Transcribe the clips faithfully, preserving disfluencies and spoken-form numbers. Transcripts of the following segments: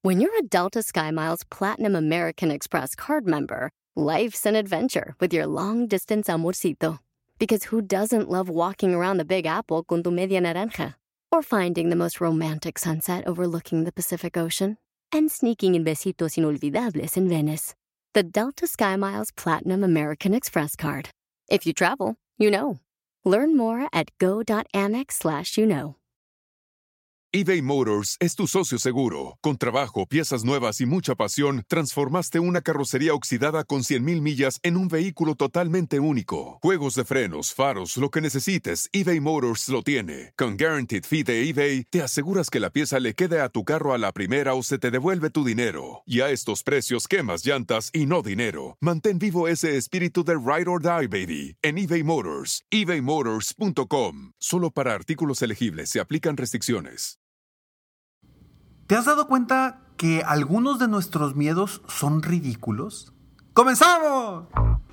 When you're a Delta SkyMiles Platinum American Express card member, life's an adventure with your long-distance amorcito. Because who doesn't love walking around the Big Apple con tu media naranja? Or finding the most romantic sunset overlooking the Pacific Ocean? And sneaking in besitos inolvidables in Venice. The Delta SkyMiles Platinum American Express card. If you travel, you know. Learn more at go.amex slash you know. eBay Motors es tu socio seguro. Con trabajo, piezas nuevas y mucha pasión, transformaste una carrocería oxidada con cien mil millas en un vehículo totalmente único. Juegos de frenos, faros, lo que necesites, eBay Motors lo tiene. Con Guaranteed Fee de eBay, te aseguras que la pieza le quede a tu carro a la primera o se te devuelve tu dinero. Y a estos precios, quemas llantas y no dinero. Mantén vivo ese espíritu de Ride or Die, baby, en eBay Motors. ebay motors punto com. Solo para artículos elegibles se aplican restricciones. ¿Te has dado cuenta que algunos de nuestros miedos son ridículos? ¡Comenzamos!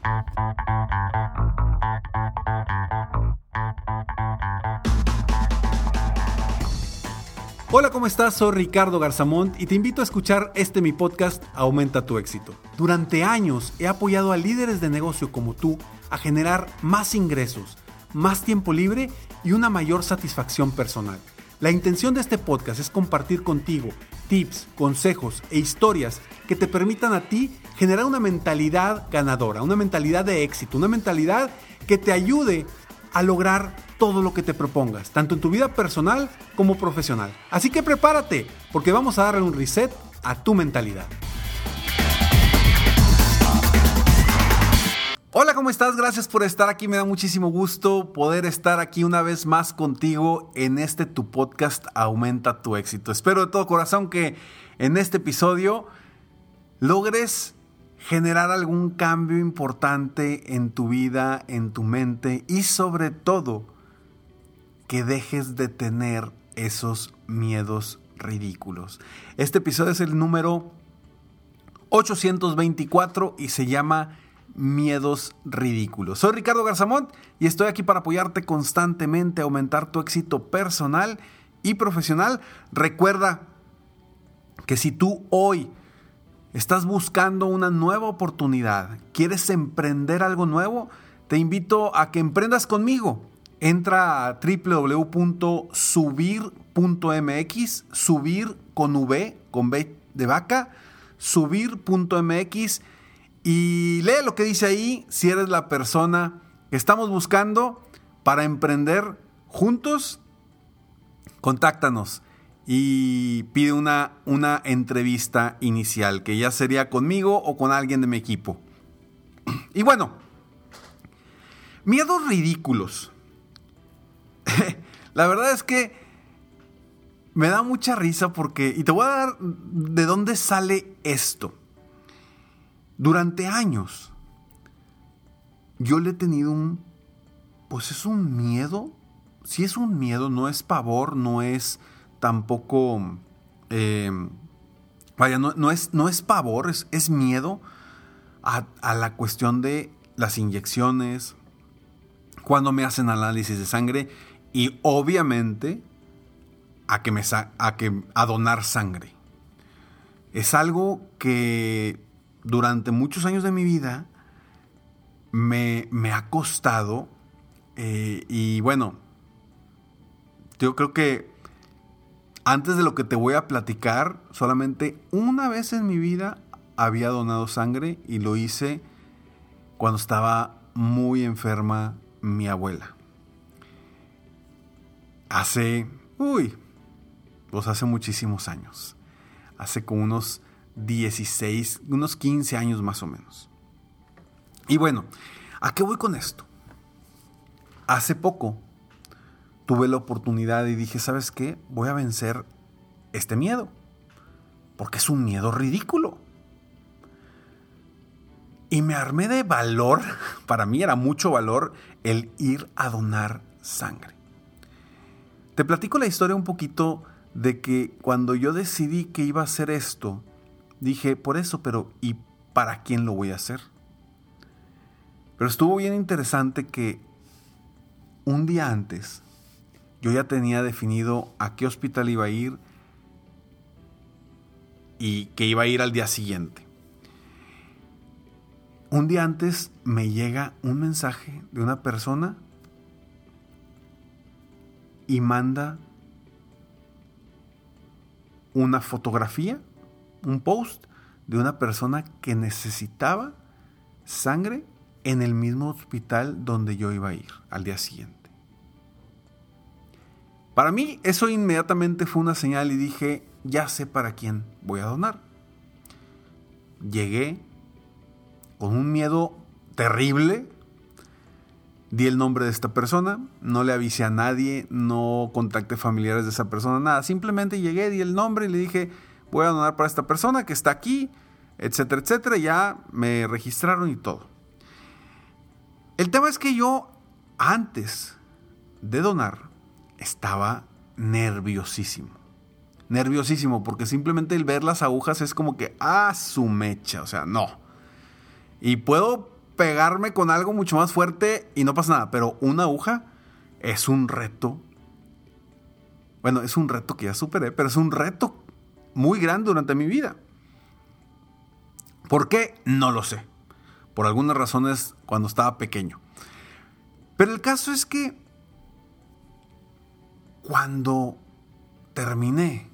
Hola, ¿cómo estás? Soy Ricardo Garzamont y te invito a escuchar este mi podcast Aumenta tu éxito. Durante años he apoyado a líderes de negocio como tú a generar más ingresos, más tiempo libre y una mayor satisfacción personal. La intención de este podcast es compartir contigo tips, consejos e historias que te permitan a ti generar una mentalidad ganadora, una mentalidad de éxito, una mentalidad que te ayude a lograr todo lo que te propongas, tanto en tu vida personal como profesional. Así que prepárate, porque vamos a darle un reset a tu mentalidad. Hola, ¿cómo estás? Gracias por estar aquí. Me da muchísimo gusto poder estar aquí una vez más contigo en este tu podcast Aumenta tu éxito. Espero de todo corazón que en este episodio logres generar algún cambio importante en tu vida, en tu mente y sobre todo que dejes de tener esos miedos ridículos. Este episodio es el número ochocientos veinticuatro y se llama Miedos ridículos. Soy Ricardo Garzamont y estoy aquí para apoyarte constantemente a aumentar tu éxito personal y profesional. Recuerda que si tú hoy estás buscando una nueva oportunidad, quieres emprender algo nuevo, te invito a que emprendas conmigo. Entra a doble u doble u doble u punto subir punto m x, subir con V, con B de vaca, subir punto m x. Y lee lo que dice ahí si eres la persona que estamos buscando para emprender juntos. Contáctanos y pide una, una entrevista inicial, que ya sería conmigo o con alguien de mi equipo. Y bueno, miedos ridículos. La verdad es que me da mucha risa porque, y te voy a dar de dónde sale esto. Durante años, yo le he tenido un, pues es un miedo, sí es un miedo, no es pavor, no es tampoco, eh, vaya, no, no, es, no es pavor, es, es miedo a, a la cuestión de las inyecciones, cuando me hacen análisis de sangre y obviamente a, que me, a, que, a donar sangre. Es algo que durante muchos años de mi vida me, me ha costado eh, y bueno, yo creo que antes de lo que te voy a platicar, solamente una vez en mi vida había donado sangre y lo hice cuando estaba muy enferma mi abuela. Hace, uy, pues hace muchísimos años, hace como unos dieciséis, unos quince años más o menos. Y bueno, ¿a qué voy con esto? Hace poco tuve la oportunidad y dije, ¿sabes qué? Voy a vencer este miedo, porque es un miedo ridículo. Y me armé de valor, para mí era mucho valor el ir a donar sangre. Te platico la historia un poquito de que cuando yo decidí que iba a hacer esto, dije, por eso, pero ¿y para quién lo voy a hacer? Pero estuvo bien interesante que un día antes yo ya tenía definido a qué hospital iba a ir y que iba a ir al día siguiente. Un día antes me llega un mensaje de una persona y manda una fotografía, un post de una persona que necesitaba sangre en el mismo hospital donde yo iba a ir al día siguiente. Para mí eso inmediatamente fue una señal y dije, ya sé para quién voy a donar. Llegué con un miedo terrible, di el nombre de esta persona, no le avisé a nadie, no contacté familiares de esa persona, nada. Simplemente llegué, di el nombre y le dije, voy a donar para esta persona que está aquí, etcétera, etcétera. Ya me registraron y todo. El tema es que yo, antes de donar, estaba nerviosísimo. Nerviosísimo, porque simplemente el ver las agujas es como que, ah, su mecha, o sea, no. Y puedo pegarme con algo mucho más fuerte y no pasa nada, pero una aguja es un reto. Bueno, es un reto que ya superé, pero es un reto muy grande durante mi vida. ¿Por qué? No lo sé. Por algunas razones cuando estaba pequeño. Pero el caso es que cuando terminé,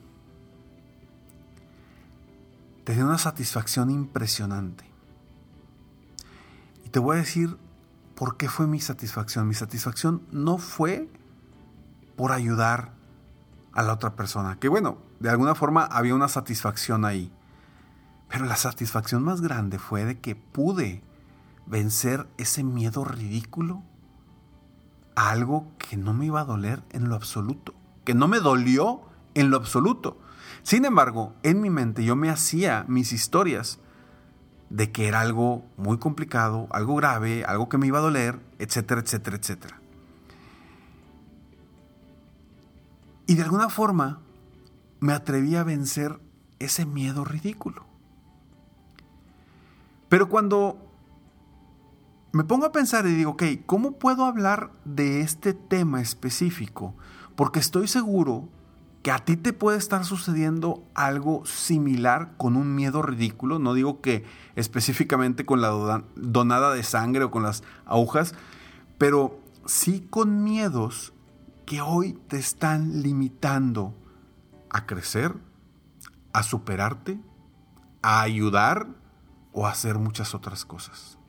tenía una satisfacción impresionante. Y te voy a decir por qué fue mi satisfacción. Mi satisfacción no fue por ayudar a la otra persona. Que bueno, de alguna forma había una satisfacción ahí. Pero la satisfacción más grande fue de que pude vencer ese miedo ridículo a algo que no me iba a doler en lo absoluto. Que no me dolió en lo absoluto. Sin embargo, en mi mente yo me hacía mis historias de que era algo muy complicado, algo grave, algo que me iba a doler, etcétera, etcétera, etcétera. Y de alguna forma me atreví a vencer ese miedo ridículo. Pero cuando me pongo a pensar y digo, ok, ¿cómo puedo hablar de este tema específico? Porque estoy seguro que a ti te puede estar sucediendo algo similar con un miedo ridículo. No digo que específicamente con la donada de sangre o con las agujas, pero sí con miedos que hoy te están limitando a crecer, a superarte, a ayudar o a hacer muchas otras cosas.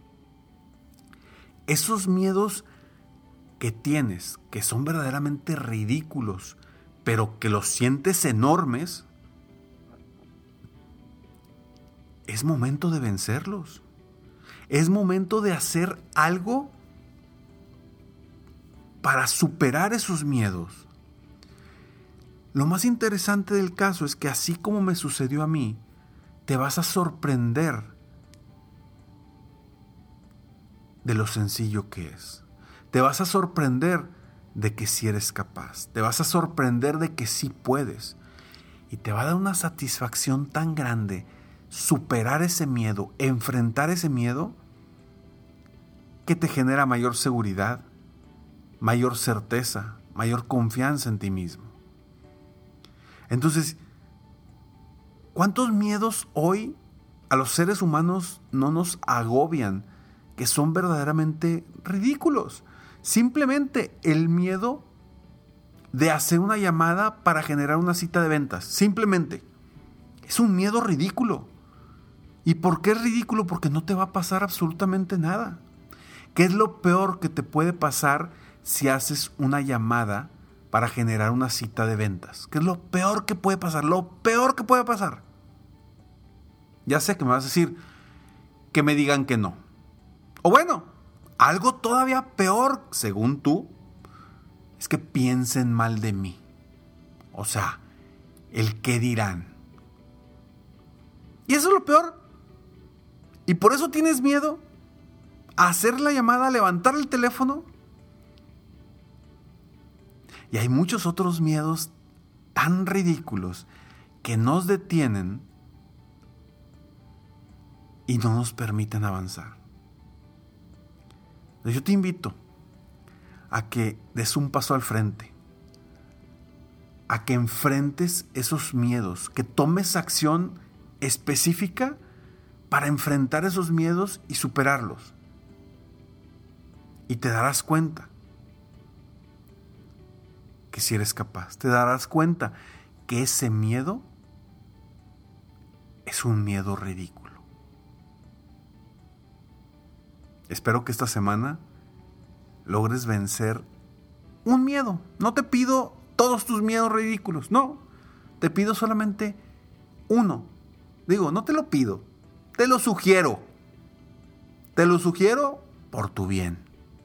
Esos miedos que tienes, que son verdaderamente ridículos, pero que los sientes enormes, es momento de vencerlos. Es momento de hacer algo para superar esos miedos. Lo más interesante del caso es que así como me sucedió a mí, te vas a sorprender de lo sencillo que es. Te vas a sorprender de que sí eres capaz. Te vas a sorprender de que sí puedes. Y te va a dar una satisfacción tan grande superar ese miedo, enfrentar ese miedo, que te genera mayor seguridad, mayor certeza, mayor confianza en ti mismo. Entonces, ¿cuántos miedos hoy a los seres humanos no nos agobian, que son verdaderamente ridículos? Simplemente el miedo de hacer una llamada para generar una cita de ventas. Simplemente. Es un miedo ridículo. ¿Y por qué es ridículo? Porque no te va a pasar absolutamente nada. ¿Qué es lo peor que te puede pasar si haces una llamada para generar una cita de ventas? ¿Qué es lo peor que puede pasar? Lo peor que puede pasar. Ya sé que me vas a decir que me digan que no. O bueno, algo todavía peor, según tú, es que piensen mal de mí. O sea, el qué dirán. Y eso es lo peor. Y por eso tienes miedo a hacer la llamada, a levantar el teléfono. Y hay muchos otros miedos tan ridículos que nos detienen y no nos permiten avanzar. Yo te invito a que des un paso al frente, a que enfrentes esos miedos, que tomes acción específica para enfrentar esos miedos y superarlos. Y te darás cuenta que si eres capaz, te darás cuenta que ese miedo es un miedo ridículo. Espero que esta semana logres vencer un miedo. No te pido todos tus miedos ridículos, no. Te pido solamente uno. Digo, no te lo pido, te lo sugiero. Te lo sugiero por tu bien.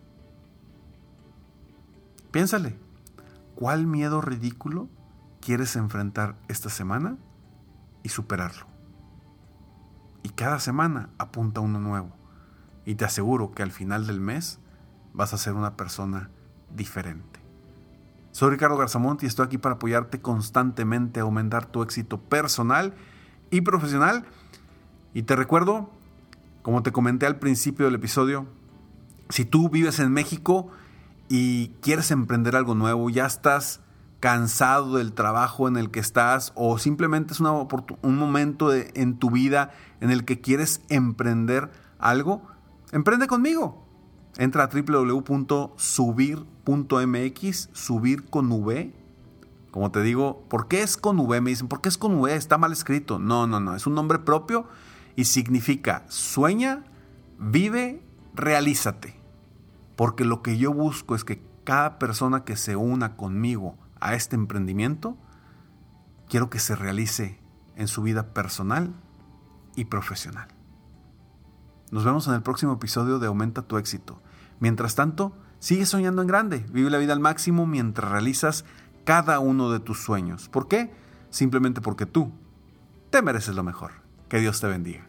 Piénsale, ¿cuál miedo ridículo quieres enfrentar esta semana y superarlo? Y cada semana apunta uno nuevo. Y te aseguro que al final del mes vas a ser una persona diferente. Soy Ricardo Garzamont y estoy aquí para apoyarte constantemente a aumentar tu éxito personal y profesional. Y te recuerdo, como te comenté al principio del episodio, si tú vives en México y quieres emprender algo nuevo, ya estás cansado del trabajo en el que estás o simplemente es una oportun- un momento de, en tu vida en el que quieres emprender algo, emprende conmigo. Entra a doble u doble u doble u punto subir punto m x, subir con V. Como te digo, ¿por qué es con V? Me dicen, ¿por qué es con V? Está mal escrito. No, no, no, es un nombre propio y significa sueña, vive, realízate. Porque lo que yo busco es que cada persona que se una conmigo a este emprendimiento, quiero que se realice en su vida personal y profesional. Nos vemos en el próximo episodio de Aumenta tu éxito. Mientras tanto, sigue soñando en grande. Vive la vida al máximo mientras realizas cada uno de tus sueños. ¿Por qué? Simplemente porque tú te mereces lo mejor. Que Dios te bendiga.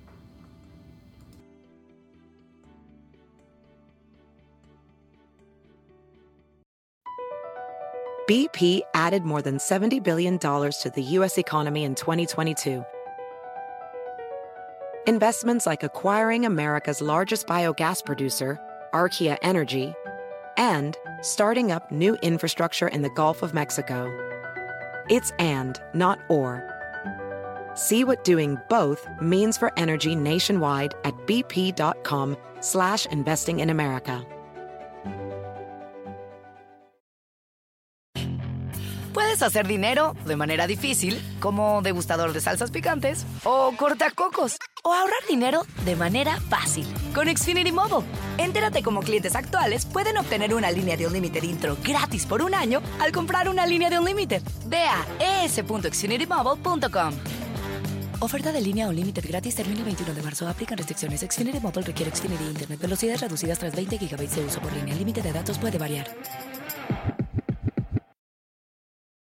B P added more than seventy billion dollars to the U S economy in twenty twenty-two. Investments like acquiring America's largest biogas producer, Archaea Energy, and starting up new infrastructure in the Gulf of Mexico. It's and, not or. See what doing both means for energy nationwide at bp.com slash investing in America. Puedes hacer dinero de manera difícil, como degustador de salsas picantes, o cortacocos, o ahorrar dinero de manera fácil con Xfinity Mobile. Entérate cómo clientes actuales pueden obtener una línea de Unlimited intro gratis por un año al comprar una línea de Unlimited. Ve a e s punto xfinity mobile punto com. Oferta de línea Unlimited gratis termina el veintiuno de marzo. Aplican restricciones. Xfinity Mobile requiere Xfinity Internet. Velocidades reducidas tras veinte gigabytes de uso por línea. El límite de datos puede variar.